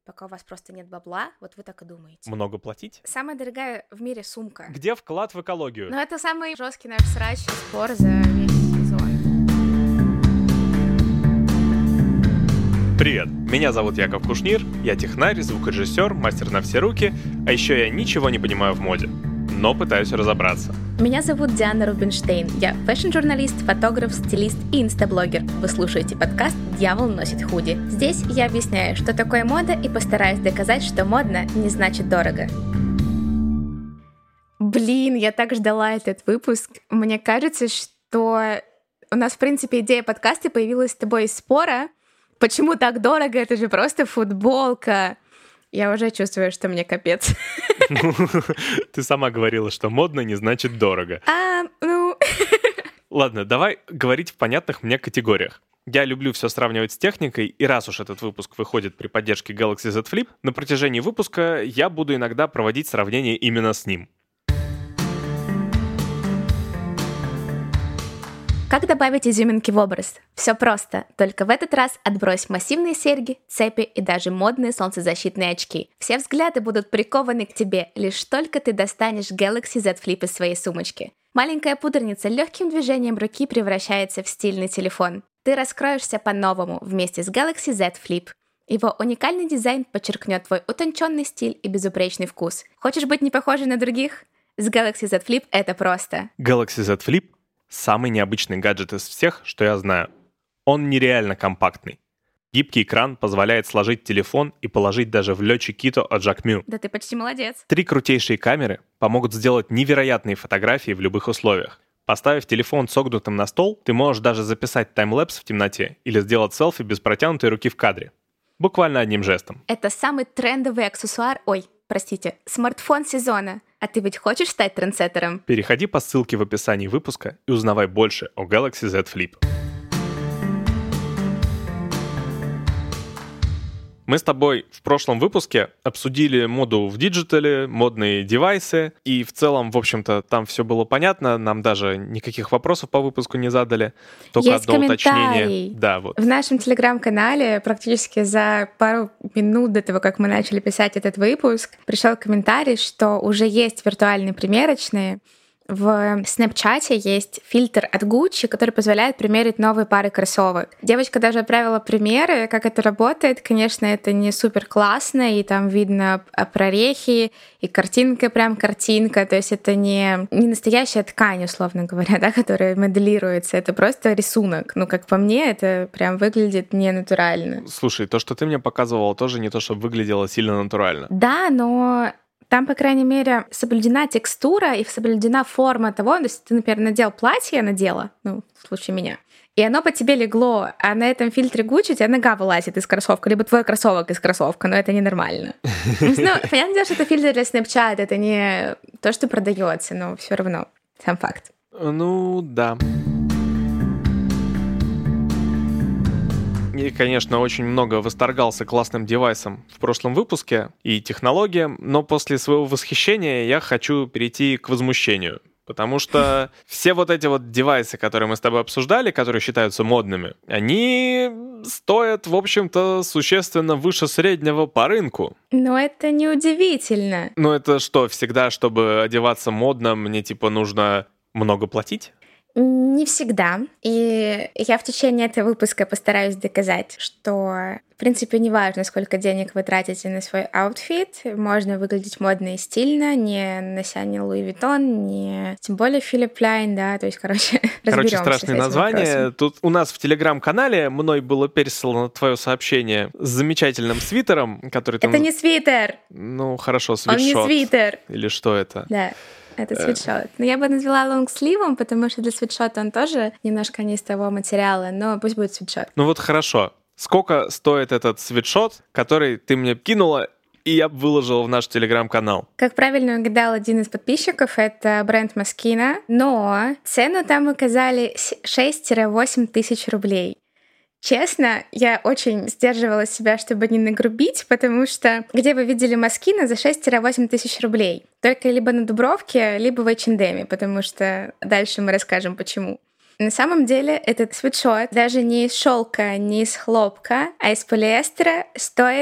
Пока у вас просто нет бабла, вот вы так и думаете. Много платить? Самая дорогая в мире сумка. Где вклад в экологию? Но это самый жесткий наш срач, спор за весь сезон. Привет, меня зовут Яков Кушнир, я технарь, звукорежиссер, мастер на все руки, а еще я ничего не понимаю в моде, но пытаюсь разобраться. Меня зовут Диана Рубинштейн, я фэшн-журналист, фотограф, стилист и инстаблогер. Вы слушаете подкаст «Дьявол носит худи». Здесь я объясняю, что такое мода, и постараюсь доказать, что модно не значит дорого. Блин, я так ждала этот выпуск. Мне кажется, что у нас, в принципе, идея подкаста появилась с тобой из спора. Почему так дорого? Это же просто футболка. Я уже чувствую, что мне капец. Ты сама говорила, что модно не значит дорого. Ладно, давай говорить в понятных мне категориях. Я люблю все сравнивать с техникой, и раз уж этот выпуск выходит при поддержке Galaxy Z Flip, на протяжении выпуска я буду иногда проводить сравнение именно с ним. Как добавить изюминки в образ? Все просто, только в этот раз отбрось массивные серьги, цепи и даже модные солнцезащитные очки. Все взгляды будут прикованы к тебе, лишь только ты достанешь Galaxy Z Flip из своей сумочки. Маленькая пудреница легким движением руки превращается в стильный телефон. Ты раскроешься по-новому вместе с Galaxy Z Flip. Его уникальный дизайн подчеркнет твой утонченный стиль и безупречный вкус. Хочешь быть не похожей на других? С Galaxy Z Flip это просто. Galaxy Z Flip — самый необычный гаджет из всех, что я знаю. Он нереально компактный. Гибкий экран позволяет сложить телефон и положить даже в летчик Kito от Jacquemus. Да ты почти молодец. 3 крутейшие камеры помогут сделать невероятные фотографии в любых условиях. Поставив телефон согнутым на стол, ты можешь даже записать таймлэпс в темноте или сделать селфи без протянутой руки в кадре. Буквально одним жестом. Это самый трендовый аксессуар, смартфон сезона. А ты ведь хочешь стать трендсеттером? Переходи по ссылке в описании выпуска и узнавай больше о Galaxy Z Flip. Мы с тобой в прошлом выпуске обсудили моду в диджитале, модные девайсы, и в целом, в общем-то, там все было понятно, нам даже никаких вопросов по выпуску не задали, только есть одно комментарий. уточнение. Да, вот. В нашем телеграм-канале практически за пару минут до того, как мы начали писать этот выпуск, пришел комментарий, что уже есть виртуальные примерочные. В Снэпчате есть фильтр от Gucci, который позволяет примерить новые пары кроссовок. Девочка даже отправила примеры, как это работает. Конечно, это не супер классно, и там видно прорехи, и картинка прям картинка. То есть это не настоящая ткань, условно говоря, да, которая моделируется. Это просто рисунок. Ну, как по мне, это прям выглядит не натурально. Слушай, то, что ты мне показывала, тоже не то, чтобы выглядело сильно натурально. Да, но там, по крайней мере, соблюдена текстура и соблюдена форма того, то есть ты, например, надел платье, в случае меня, и оно по тебе легло, а на этом фильтре Gucci у тебя нога вылазит из кроссовка, либо твой кроссовок из кроссовка, но это ненормально. Понятно, что это фильтр для Snapchat, это не то, что продается, но все равно, сам факт. Ну, да. И, конечно, очень много восторгался классным девайсом в прошлом выпуске и технологиям, но после своего восхищения я хочу перейти к возмущению. Потому что все вот эти вот девайсы, которые мы с тобой обсуждали, которые считаются модными, они стоят, в общем-то, существенно выше среднего по рынку. Но это неудивительно. Ну это что, всегда, чтобы одеваться модно, мне нужно много платить? Не всегда. И я в течение этого выпуска постараюсь доказать, что, в принципе, не важно, сколько денег вы тратите на свой аутфит. Можно выглядеть модно и стильно, не нося ни Луи Виттон, ни тем более Филипп Ляйн, да, то есть, разберёмся страшное название. вопросом. Тут у нас в телеграм-канале мной было переслано твое сообщение с замечательным свитером, который ты... Это не свитер! Ну, хорошо, свитшот. Он не свитер! Или что это? Да. Это свитшот. Но я бы назвала лонгсливом, потому что для свитшота он тоже немножко не из того материала, но пусть будет свитшот. Ну вот хорошо. Сколько стоит этот свитшот, который ты мне кинула, и я выложила в наш телеграм-канал? Как правильно угадал один из подписчиков, это бренд Moschino, но цену там указали 6-8 тысяч рублей. Честно, я очень сдерживала себя, чтобы не нагрубить, потому что где вы видели Moschino за 6-8 тысяч рублей? Только либо на Дубровке, либо в H&M, потому что дальше мы расскажем, почему. На самом деле этот свитшот даже не из шелка, не из хлопка, а из полиэстера стоит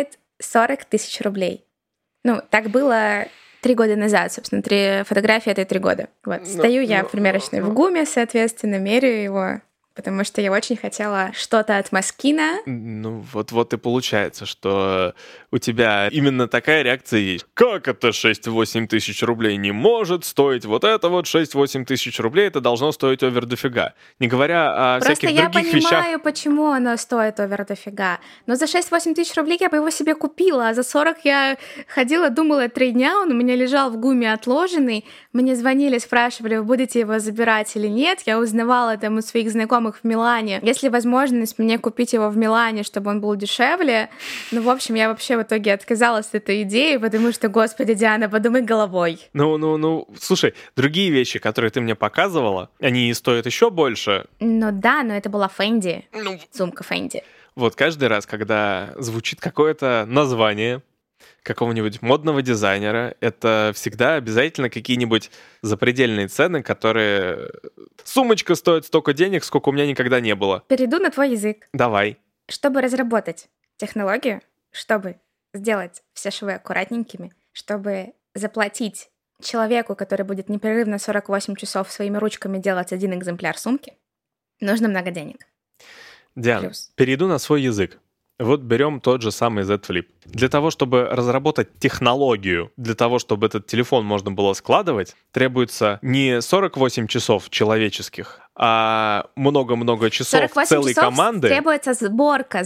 40 тысяч рублей. Ну, так было 3 года назад, собственно, 3 фотографии — это 3 года. Вот, стою я в примерочной в ГУМе, соответственно, меряю его, потому что я очень хотела что-то от Москина. Ну, вот и получается, что у тебя именно такая реакция есть. Как это 6-8 тысяч рублей не может стоить? Вот это вот 6-8 тысяч рублей, это должно стоить овер дофига. Не говоря о Просто всяких других вещах. Просто я понимаю, почему оно стоит овер дофига. Но за 6-8 тысяч рублей я бы его себе купила, а за 40 я ходила, думала 3 дня, он у меня лежал в ГУМе отложенный. Мне звонили, спрашивали, вы будете его забирать или нет. Я узнавала там у своих знакомых в Милане. Есть ли возможность мне купить его в Милане, чтобы он был дешевле? Ну, в общем, я вообще в итоге отказалась от этой идеи, потому что, господи, Диана, подумай головой. Ну, слушай, другие вещи, которые ты мне показывала, они стоят еще больше. Ну да, но это была Фенди, сумка Фенди. Вот каждый раз, когда звучит какое-то название какого-нибудь модного дизайнера, это всегда обязательно какие-нибудь запредельные цены, которые... Сумочка стоит столько денег, сколько у меня никогда не было. Перейду на твой язык. Давай. Чтобы разработать технологию, чтобы сделать все швы аккуратненькими, чтобы заплатить человеку, который будет непрерывно 48 часов своими ручками делать 1 экземпляр сумки, нужно много денег. Диана, перейду на свой язык. Вот берем тот же самый Z Flip. Для того, чтобы разработать технологию, для того, чтобы этот телефон можно было складывать, требуется не 48 часов человеческих, а много-много часов целой команды. Требуется сборка.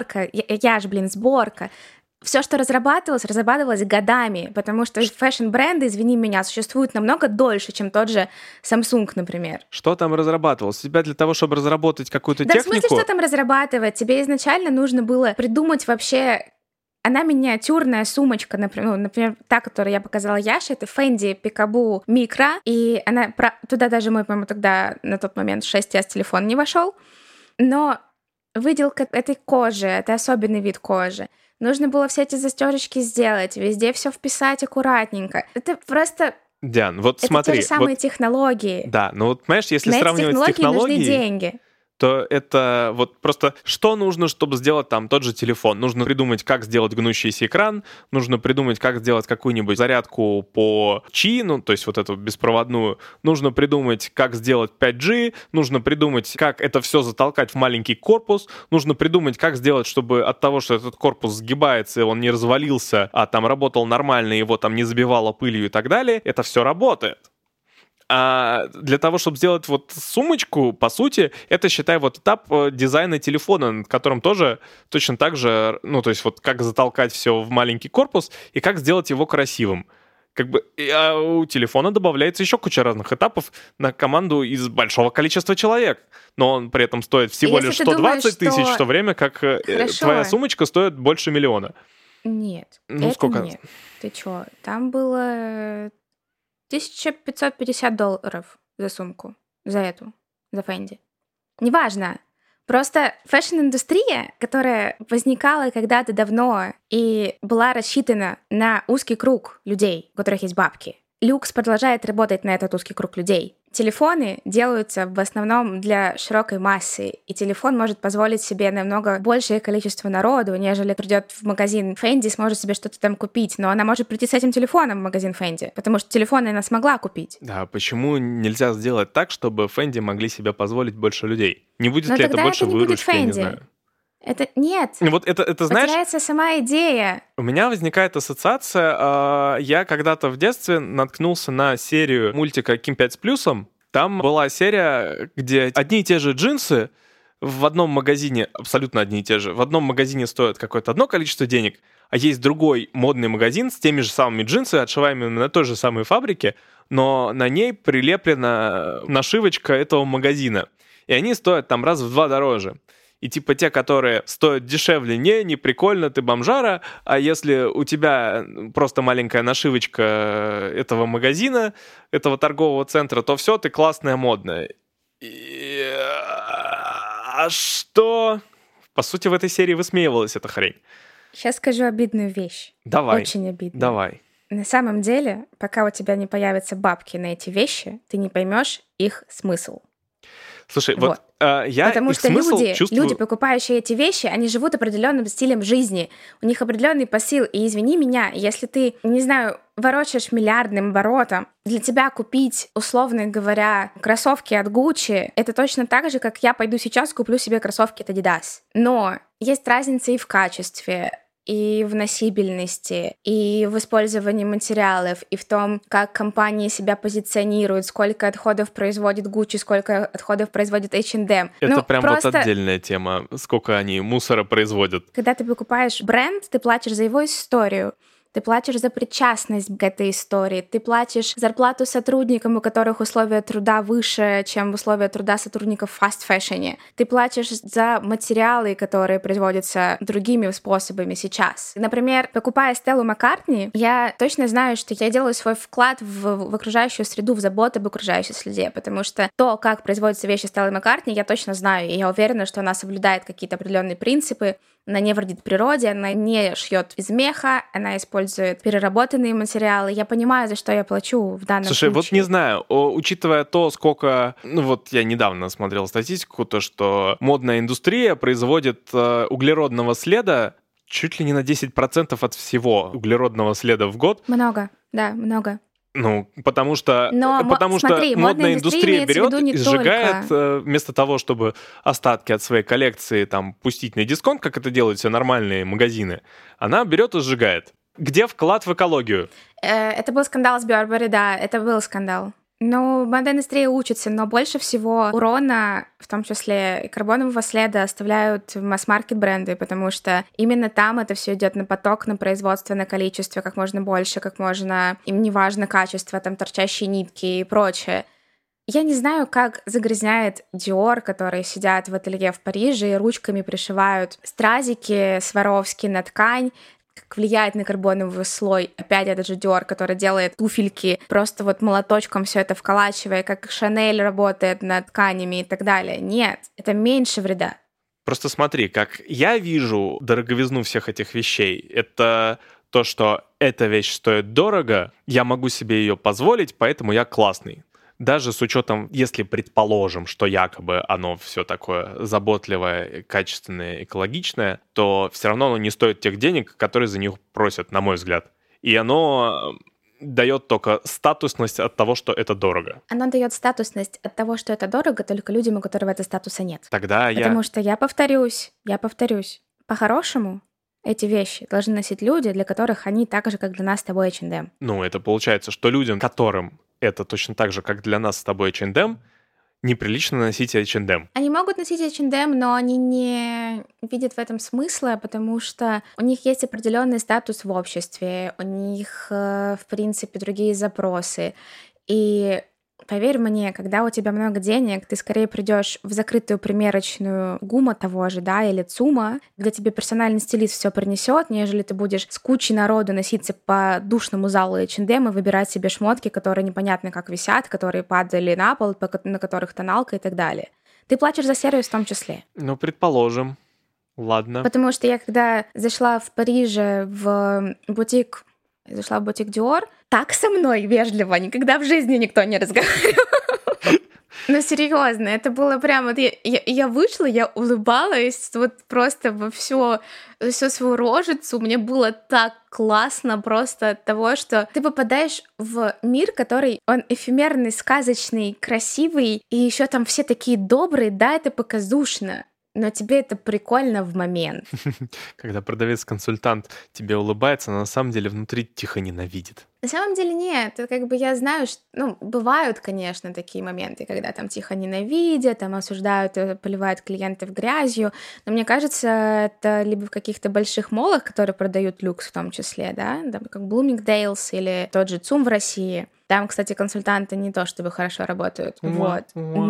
Сборка. Все, что разрабатывалось годами, потому что фэшн-бренды, извини меня, существуют намного дольше, чем тот же Samsung, например. Что там разрабатывалось? Тебя для того, чтобы разработать какую-то технику... Да в смысле, что там разрабатывать? Тебе изначально нужно было придумать вообще... Она миниатюрная сумочка, например, та, которую я показала Яше, это Fendi Peekaboo Micro, и она... Туда даже мой, по-моему, тогда на тот момент 6S телефон не вошел, но выделка этой кожи, это особенный вид кожи. Нужно было все эти застежечки сделать, везде все вписать аккуратненько. Это просто... Диан, вот это смотри. Это те же самые технологии. Да, но вот, понимаешь, если сравнивать с технологией... нужны деньги. То это вот просто что нужно, чтобы сделать там тот же телефон? Нужно придумать, как сделать гнущийся экран, нужно придумать, как сделать какую-нибудь зарядку по Qi, ну, то есть вот эту беспроводную, нужно придумать, как сделать 5G, нужно придумать, как это все затолкать в маленький корпус, нужно придумать, как сделать, чтобы от того, что этот корпус сгибается, он не развалился, а там работал нормально, его там не забивало пылью и так далее, это все работает. А для того, чтобы сделать вот сумочку, по сути, это, считай, вот этап дизайна телефона, над которым тоже точно так же, ну, то есть вот как затолкать все в маленький корпус и как сделать его красивым. Как бы а у телефона добавляется еще куча разных этапов на команду из большого количества человек, но он при этом стоит всего лишь 120 тысяч, в то время как твоя сумочка стоит больше 1 000 000. Нет, ну, это сколько? Нет. Ты чё? Там было... $1550 за сумку, за Fendi. Неважно. Просто фэшн-индустрия, которая возникала когда-то давно и была рассчитана на узкий круг людей, у которых есть бабки, люкс продолжает работать на этот узкий круг людей. Телефоны делаются в основном для широкой массы, и телефон может позволить себе намного большее количество народу, нежели придет в магазин Fendi, сможет себе что-то там купить, но она может прийти с этим телефоном в магазин Fendi, потому что телефон она смогла купить. Да, почему нельзя сделать так, чтобы Fendi могли себе позволить больше людей? Не будет ли это больше выручки, я не знаю. Это нет. Вот это знаешь... Потеряется сама идея. У меня возникает ассоциация. Я когда-то в детстве наткнулся на серию мультика «Ким 5 с плюсом». Там была серия, где одни и те же джинсы в одном магазине, абсолютно одни и те же, в одном магазине стоят какое-то одно количество денег, а есть другой модный магазин с теми же самыми джинсами, отшиваемыми на той же самой фабрике, но на ней прилеплена нашивочка этого магазина. И они стоят там раз в 2 дороже. И типа те, которые стоят дешевле, не прикольно, ты бомжара, а если у тебя просто маленькая нашивочка этого магазина, этого торгового центра, то все, ты классная, модная. А что? По сути, в этой серии высмеивалась эта хрень. Сейчас скажу обидную вещь. Давай. Очень обидную. Давай. На самом деле, пока у тебя не появятся бабки на эти вещи, ты не поймешь их смысл. Слушай, вот я Потому их что смысл люди, чувствую... покупающие эти вещи, они живут определенным стилем жизни. У них определенный посыл. И извини меня, если ты, не знаю, ворочаешь миллиардным оборотом, для тебя купить, условно говоря, кроссовки от Gucci, это точно так же, как я пойду сейчас куплю себе кроссовки от Adidas. Но есть разница и в качестве, и в носибельности, и в использовании материалов, и в том, как компании себя позиционируют, сколько отходов производит Gucci, сколько отходов производит H&M. Это прям просто... вот отдельная тема, сколько они мусора производят. Когда ты покупаешь бренд, ты платишь за его историю. Ты платишь за причастность к этой истории, ты платишь зарплату сотрудникам, у которых условия труда выше, чем условия труда сотрудников в фаст-фэшне. Ты платишь за материалы, которые производятся другими способами сейчас. Например, покупая Стеллу Маккартни, я точно знаю, что я делаю свой вклад в окружающую среду, в заботу об окружающей среде, потому что то, как производятся вещи Стеллы Маккартни, я точно знаю, и я уверена, что она соблюдает какие-то определенные принципы, она не вредит природе, она не шьет из меха, она использует переработанные материалы. Я понимаю, за что я плачу в данном случае. Слушай, вот не знаю, учитывая то, сколько... Ну вот я недавно смотрел статистику, то, что модная индустрия производит углеродного следа чуть ли не на 10% от всего углеродного следа в год. Много, да, много. Ну, потому что смотри, модная индустрия берет и сжигает, только... вместо того, чтобы остатки от своей коллекции там пустить на дисконт, как это делают все нормальные магазины, она берет и сжигает. Где вклад в экологию? Это был скандал с Burberry, да, это был скандал. Ну, модная индустрия учится, но больше всего урона, в том числе и карбонового следа, оставляют масс-маркет бренды, потому что именно там это все идет на поток, на производство, на количество, как можно больше, как можно, им не важно качество, там торчащие нитки и прочее. Я не знаю, как загрязняет Dior, которые сидят в ателье в Париже и ручками пришивают стразики Сваровски на ткань, как влияет на карбоновый слой. Опять этот же Dior, который делает туфельки, просто вот молоточком все это вколачивая, как Chanel работает над тканями и так далее. Нет, это меньше вреда. Просто смотри, как я вижу дороговизну всех этих вещей, это то, что эта вещь стоит дорого, я могу себе ее позволить, поэтому я классный. Даже с учетом, если предположим, что якобы оно все такое заботливое, качественное, экологичное, то все равно оно не стоит тех денег, которые за них просят, на мой взгляд. И оно дает только статусность от того, что это дорого. Оно дает статусность от того, что это дорого, только людям, у которых этого статуса нет. Потому что я повторюсь, по-хорошему эти вещи должны носить люди, для которых они так же, как для нас с тобой H&M. Ну, это получается, что людям, которым это точно так же, как для нас с тобой H&M, неприлично носить H&M. Они могут носить H&M, но они не видят в этом смысла, потому что у них есть определенный статус в обществе, у них, в принципе, другие запросы. И поверь мне, когда у тебя много денег, ты скорее придешь в закрытую примерочную ГУМа того же, да, или ЦУМа, где тебе персональный стилист все принесет, нежели ты будешь с кучей народу носиться по душному залу H&M и выбирать себе шмотки, которые непонятно как висят, которые падали на пол, на которых тоналка и так далее. Ты платишь за сервис в том числе. Ну, предположим. Ладно. Потому что я когда зашла в Париже в бутик Dior, так со мной вежливо никогда в жизни никто не разговаривал. Ну, серьезно, это было прям... Вот я вышла, я улыбалась вот просто во всю свою рожицу. Мне было так классно просто от того, что ты попадаешь в мир, который, он эфемерный, сказочный, красивый, и еще там все такие добрые, да, это показушно. Но тебе это прикольно в момент. Когда продавец-консультант тебе улыбается, но на самом деле внутри тихо ненавидит. На самом деле нет, это как бы я знаю, что, ну, бывают, конечно, такие моменты, когда там тихо ненавидят, там осуждают, поливают клиентов грязью, но мне кажется, это либо в каких-то больших молах, которые продают люкс в том числе, да, там, как Bloomingdale's или тот же ЦУМ в России. Там, кстати, консультанты не то чтобы хорошо работают, вот.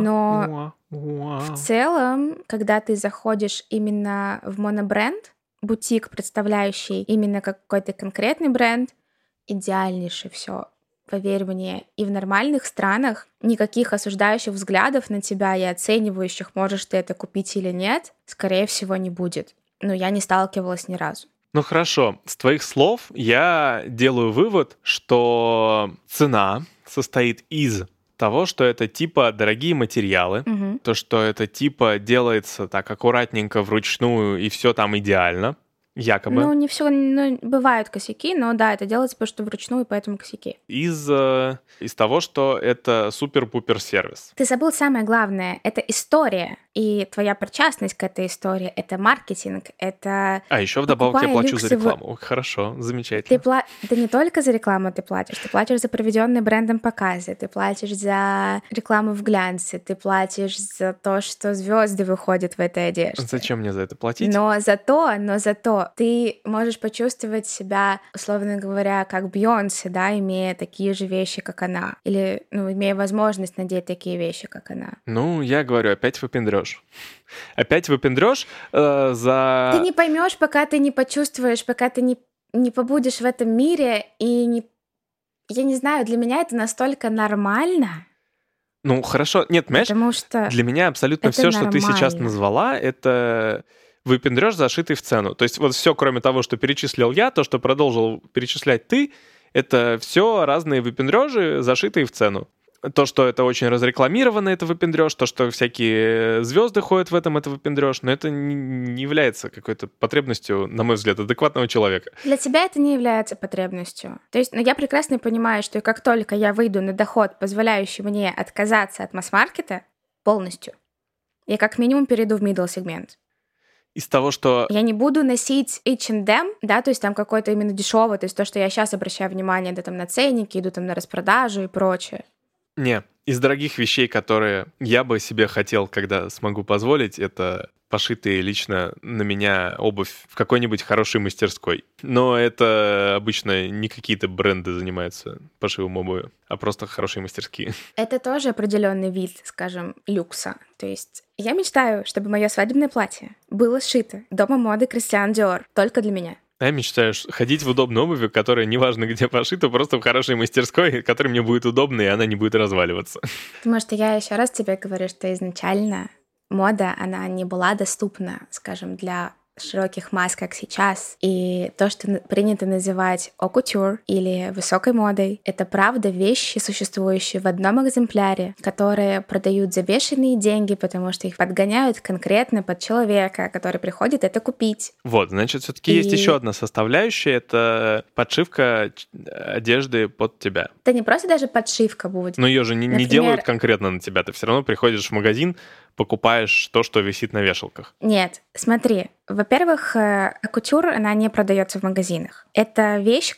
Но в целом, когда ты заходишь именно в монобренд, бутик, представляющий именно какой-то конкретный бренд, идеальнейшее все, поверь мне. И в нормальных странах никаких осуждающих взглядов на тебя и оценивающих, можешь ты это купить или нет, скорее всего, не будет. Но я не сталкивалась ни разу. Ну хорошо, с твоих слов я делаю вывод, что цена состоит из того, что это типа дорогие материалы, то, что это типа делается так аккуратненько вручную и все там идеально, якобы. Ну, не все, бывают косяки, но да, это делается просто вручную, поэтому косяки. Из того, что это супер-пупер сервис. Ты забыл самое главное, это история, и твоя причастность к этой истории, это маркетинг, это... А еще вдобавок я плачу за рекламу. Хорошо, замечательно. Ты не только за рекламу ты платишь за проведенные брендом показы, ты платишь за рекламу в глянце, ты платишь за то, что звезды выходят в этой одежде. Зачем мне за это платить? Но зато ты можешь почувствовать себя, условно говоря, как Бейонсе, да, имея такие же вещи, как она. Или, имея возможность надеть такие вещи, как она. Я говорю, опять выпендрёшь. Опять выпендрёшь за... Ты не поймешь, пока ты не почувствуешь, пока ты не побудешь в этом мире, и я не знаю, для меня это настолько нормально. Хорошо. Нет, понимаешь, потому что для меня абсолютно все, что ты сейчас назвала, это выпендрёшь, зашитый в цену. То есть вот все, кроме того, что перечислил я, то, что продолжил перечислять ты, это все разные выпендрёжи, зашитые в цену. То, что это очень разрекламировано, это выпендрёж, то, что всякие звезды ходят в этом, это выпендрёж, но это не является какой-то потребностью, на мой взгляд, адекватного человека. Для тебя это не является потребностью. То есть, я прекрасно понимаю, что как только я выйду на доход, позволяющий мне отказаться от масс-маркета полностью, я как минимум перейду в middle сегмент. Из того, что... Я не буду носить H&M, да, то есть там какой-то именно дешевый, то есть то, что я сейчас обращаю внимание, да, там на ценники, иду там на распродажу и прочее. Не, из дорогих вещей, которые я бы себе хотел, когда смогу позволить, это пошитые лично на меня обувь в какой-нибудь хорошей мастерской. Но это обычно не какие-то бренды занимаются пошивом обуви, а просто хорошие мастерские. Это тоже определенный вид, скажем, люкса. То есть я мечтаю, чтобы мое свадебное платье было сшито дома моды Кристиан Диор только для меня. Я мечтаю ходить в удобной обуви, которая неважно где пошита, просто в хорошей мастерской, которая мне будет удобна, и она не будет разваливаться. Потому что я еще раз тебе говорю, что изначально мода, она не была доступна, скажем, для широких масс, как сейчас. И то, что принято называть haute couture или высокой модой, это правда вещи, существующие в одном экземпляре, которые продают за бешеные деньги, потому что их подгоняют конкретно под человека, который приходит это купить. Вот, значит, все-таки есть еще одна составляющая, это подшивка одежды под тебя. Это не просто даже подшивка будет. Но ее же не делают конкретно на тебя, ты все равно приходишь в магазин, покупаешь то, что висит на вешалках. Нет, смотри. Во-первых, кутюр, она не продается в магазинах. Это вещь,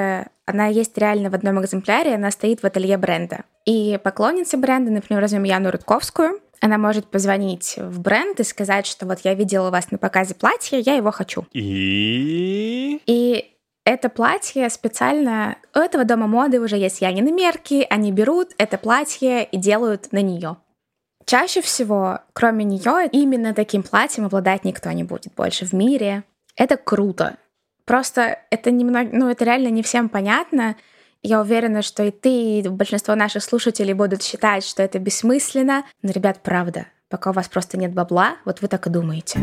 она есть реально в одном экземпляре, она стоит в ателье бренда. И поклонница бренда, например, возьмем Яну Рудковскую, она может позвонить в бренд и сказать, что вот я видела у вас на показе платье, я его хочу. И это платье специально... У этого дома моды уже есть Янины мерки, они берут это платье и делают на нее. Чаще всего, кроме нее, именно таким платьем обладать никто не будет больше в мире. Это круто. Просто это это реально не всем понятно. Я уверена, что и ты, и большинство наших слушателей будут считать, что это бессмысленно. Но, ребят, правда, пока у вас просто нет бабла, вот вы так и думаете.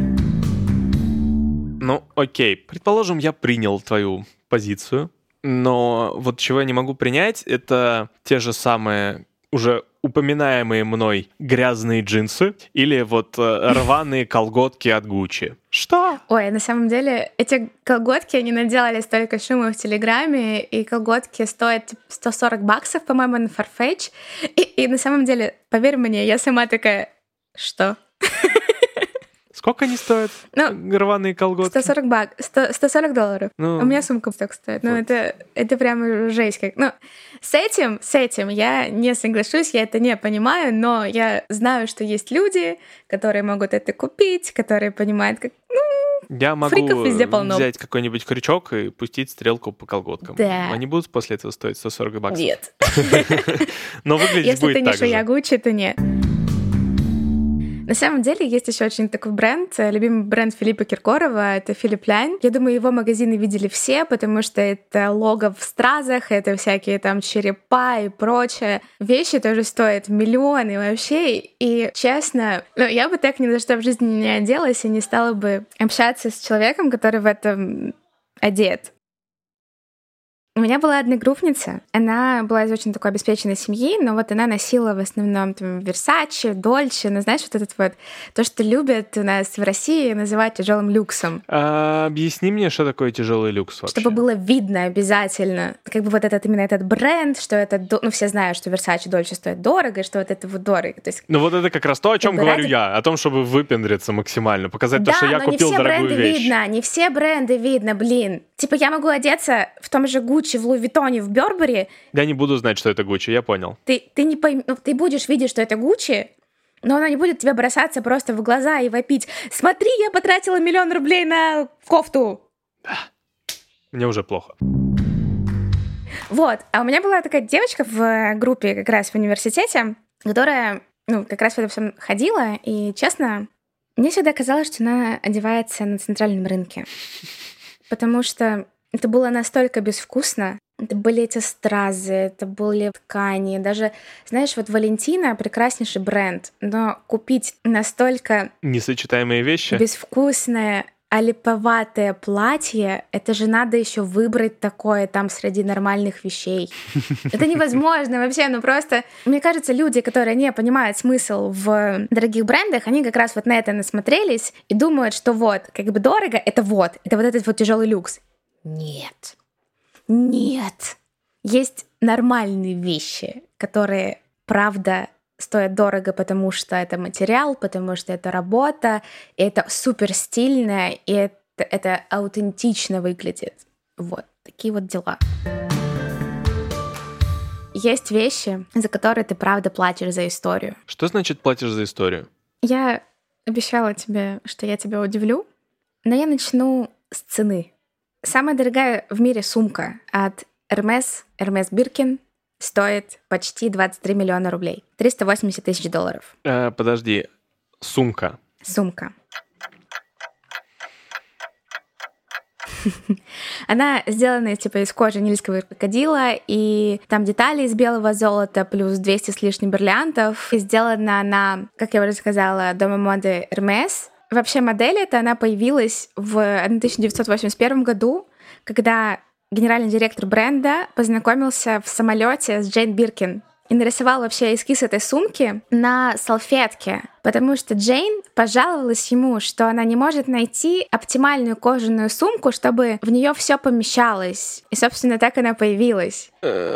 Окей. Предположим, я принял твою позицию, но вот чего я не могу принять, это те же самые уже упоминаемые мной грязные джинсы или вот рваные колготки от Гуччи. Что? Ой, на самом деле, эти колготки, они наделали столько шума в Телеграме, и колготки стоят $140, по-моему, на Farfetch. И на самом деле, поверь мне, я сама такая, что? Сколько они стоят, рваные колготки? $140. У меня сумка так стоит. Вот. Это прям жесть. С этим я не соглашусь, я это не понимаю, но я знаю, что есть люди, которые могут это купить, которые понимают, как... Я могу взять какой-нибудь крючок и пустить стрелку по колготкам. Да. Они будут после этого стоить $140? Нет. Но выглядеть будет так же. Если ты не Шоя Гуччи, то нет. На самом деле есть еще очень такой бренд, любимый бренд Филиппа Киркорова, это Philipp Plein. Я думаю, его магазины видели все, потому что это лого в стразах, это всякие там черепа и прочее. Вещи тоже стоят миллионы вообще. И честно, я бы так ни за что в жизни не оделась и не стала бы общаться с человеком, который в этом одет. У меня была одногруппница, она была из очень такой обеспеченной семьи, но вот она носила в основном там Versace, Dolce, ну знаешь, вот этот вот, то, что любят у нас в России называть тяжелым люксом. Объясни мне, что такое тяжелый люкс вообще. Чтобы было видно обязательно, как бы вот именно этот бренд, что это, ну все знают, что Versace, Dolce стоят дорого, и что вот это вот дорого. То есть, ну вот это как раз то, о чем говорю я, о том, чтобы выпендриться максимально, показать то, что я купил дорогую вещь. Да, не все бренды видно, блин. Типа я могу одеться в том же Gucci, в Louis Vuitton, в Burberry. Я не буду знать, что это Gucci, я понял. Ты не пойми, ну, ты будешь видеть, что это Gucci, но она не будет тебе бросаться просто в глаза и вопить: смотри, я потратила 1 000 000 рублей на кофту. Да. Мне уже плохо. Вот, а у меня была такая девочка в группе как раз в университете, которая, ну, как раз в этом всем ходила, и, честно, мне всегда казалось, что она одевается на центральном рынке. Потому что это было настолько безвкусно. Это были эти стразы, это были ткани. Даже, знаешь, вот Валентина — прекраснейший бренд, но купить настолько несочетаемые вещи, безвкусное, олиповатое платье, это же надо еще выбрать такое там среди нормальных вещей. Это невозможно вообще, ну просто... Мне кажется, люди, которые не понимают смысл в дорогих брендах, они как раз вот на это насмотрелись и думают, что вот, как бы дорого, это вот этот вот тяжелый люкс. Нет. Нет. Есть нормальные вещи, которые, правда, стоят дорого, потому что это материал, потому что это работа, и это супер стильно, и это аутентично выглядит. Вот, такие вот дела. Есть вещи, за которые ты правда платишь за историю. Что значит платишь за историю? Я обещала тебе, что я тебя удивлю, но я начну с цены. Самая дорогая в мире сумка от Hermes Birkin, стоит почти 23 миллиона рублей. 380 тысяч долларов. Подожди, сумка. Сумка. Она сделана типа из кожи нильского крокодила, и там детали из белого золота, плюс 200 с лишним бриллиантов. И сделана она, как я уже сказала, дома моды Hermes. Вообще модель эта, она появилась в 1981 году, когда генеральный директор бренда познакомился в самолете с Джейн Биркин и нарисовал вообще эскиз этой сумки на салфетке, потому что Джейн пожаловалась ему, что она не может найти оптимальную кожаную сумку, чтобы в нее все помещалось. И, собственно, так она появилась.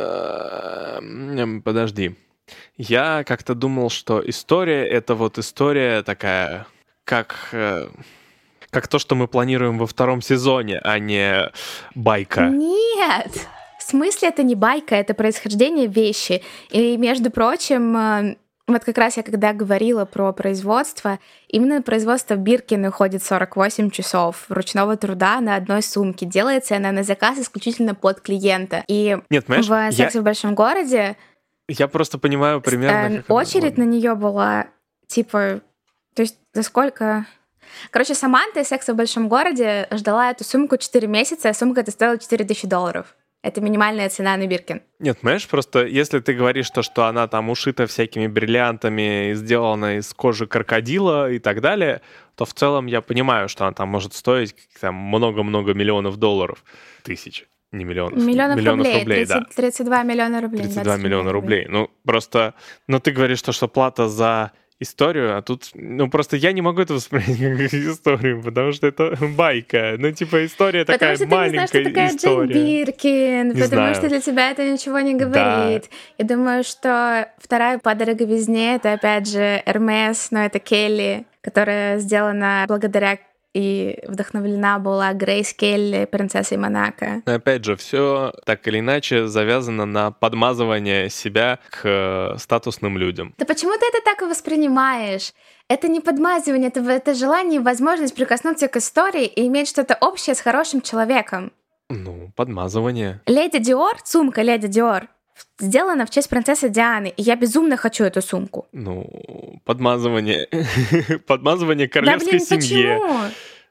Подожди. Я как-то думал, что история — это вот история такая, как то, что мы планируем во 2 сезоне, а не байка. Нет! В смысле это не байка, это происхождение вещи. И, между прочим, вот как раз я когда говорила про производство, именно производство Биркин уходит 48 часов ручного труда на одной сумке. Делается она на заказ исключительно под клиента. И нет, в «Сексе в большом городе» я просто понимаю примерно... очередь на нее была, типа... То есть за сколько... Короче, Саманта из «Секса в большом городе» ждала эту сумку 4 месяца, а сумка эта стоила 4000 долларов. Это минимальная цена на Биркин. Нет, понимаешь, просто если ты говоришь то, что она там ушита всякими бриллиантами, сделана из кожи крокодила и так далее, то в целом я понимаю, что она там может стоить там много-много миллионов долларов. Тысяч. Не миллионов. Миллионов рублей, 30, да. 32 миллиона рублей. 32 миллиона рублей. Ну, просто... Ну, ты говоришь, что плата за историю, а тут... Ну, просто я не могу это воспринять как историю, потому что это байка. Ну, типа, история такая маленькая история. Потому что ты не знаешь, что такая Джейн Биркин, потому что для тебя это ничего не говорит. Да. Я думаю, что вторая по дороговизне — это, опять же, Hermes, но это Келли, которая сделана благодаря и вдохновлена была Грейс Келли, принцессой Монако. Опять же, все так или иначе завязано на подмазывание себя к статусным людям. Да почему ты это так и воспринимаешь? Это не подмазывание, это желание и возможность прикоснуться к истории и иметь что-то общее с хорошим человеком. Ну, подмазывание. Леди Диор, сумка Леди Диор, сделана в честь принцессы Дианы, и я безумно хочу эту сумку. Ну, подмазывание. Подмазывание королевской семье. Почему?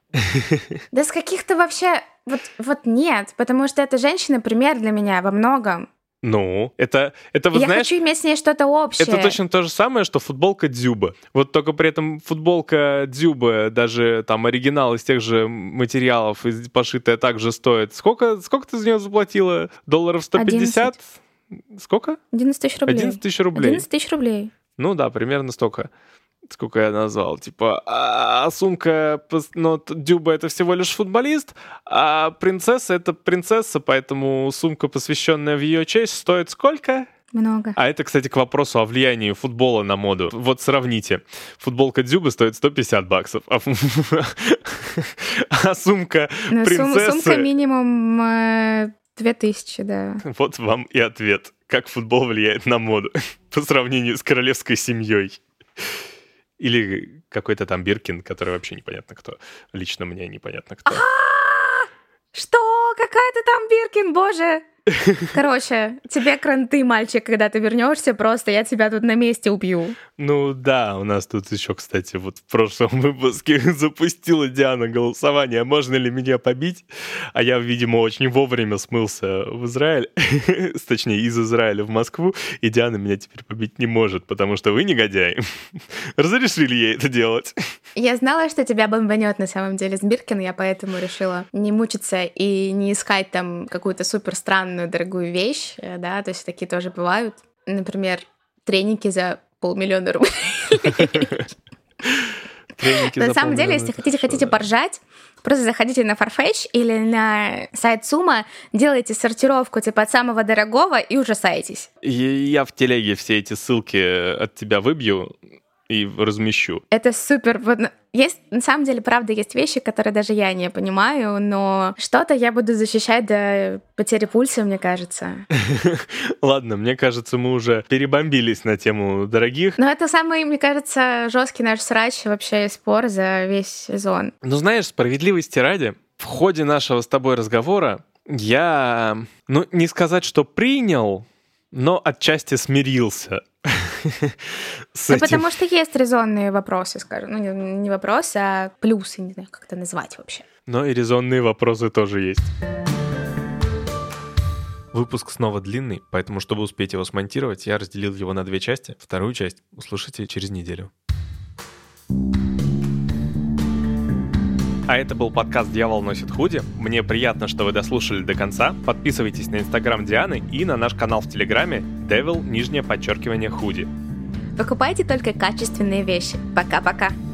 Да с каких-то вообще... Вот нет, потому что эта женщина пример для меня во многом. Ну, это вы Я знаешь... хочу иметь с ней что-то общее. Это точно то же самое, что футболка Дзюба. Вот только при этом футболка Дзюба, даже там оригинал из тех же материалов, пошитая также стоит. Сколько ты за нее заплатила? $150? 11. Сколько? 11 тысяч рублей. 11 тысяч рублей. 11 тысяч рублей. Ну да, примерно столько. Сколько я назвал. Типа, сумка, но Дзюба — это всего лишь футболист, а принцесса — это принцесса, поэтому сумка, посвященная в ее честь, стоит сколько? Много. А это, кстати, к вопросу о влиянии футбола на моду. Вот сравните. Футболка Дзюбы стоит $150, а сумка принцессы... Сумка минимум 2000, да. Вот вам и ответ. Как футбол влияет на моду по сравнению с королевской семьей. Или какой-то там Биркин, который вообще непонятно кто. Лично мне непонятно кто. Что? Какая-то там Биркин, боже! Короче, тебе кранты, мальчик, когда ты вернешься, просто я тебя тут на месте убью. Ну да, у нас тут еще, кстати, вот в прошлом выпуске запустила Диана голосование, можно ли меня побить, а я, видимо, очень вовремя смылся в Израиль, точнее, из Израиля в Москву, и Диана меня теперь побить не может, потому что вы, негодяи, разрешили ей это делать. Я знала, что тебя бомбанет на самом деле с Биркин, я поэтому решила не мучиться и не искать там какую-то супер странную дорогую вещь, да, то есть такие тоже бывают. Например, треники за $500 000 На самом деле, если хотите поржать, просто заходите на Farfetch или на сайт Summa, делайте сортировку типа от самого дорогого и ужасаетесь. Я в телеге все эти ссылки от тебя выбью и размещу. Это супер. Есть, на самом деле, правда, есть вещи, которые даже я не понимаю, но что-то я буду защищать до потери пульса, мне кажется. Ладно, мне кажется, мы уже перебомбились на тему дорогих. Но это самый, мне кажется, жесткий наш срач вообще и спор за весь сезон. Ну, знаешь, справедливости ради, в ходе нашего с тобой разговора я, не сказать, что принял, но отчасти смирился. Потому что есть резонные вопросы, скажем. Не вопросы, а плюсы, не знаю, как это назвать вообще. Но и резонные вопросы тоже есть. Выпуск снова длинный, поэтому, чтобы успеть его смонтировать, я разделил его на 2 части. Вторую часть услышите через неделю. А это был подкаст «Дьявол носит худи». Мне приятно, что вы дослушали до конца. Подписывайтесь на Инстаграм Дианы и на наш канал в Телеграме devil_худи. Покупайте только качественные вещи. Пока-пока.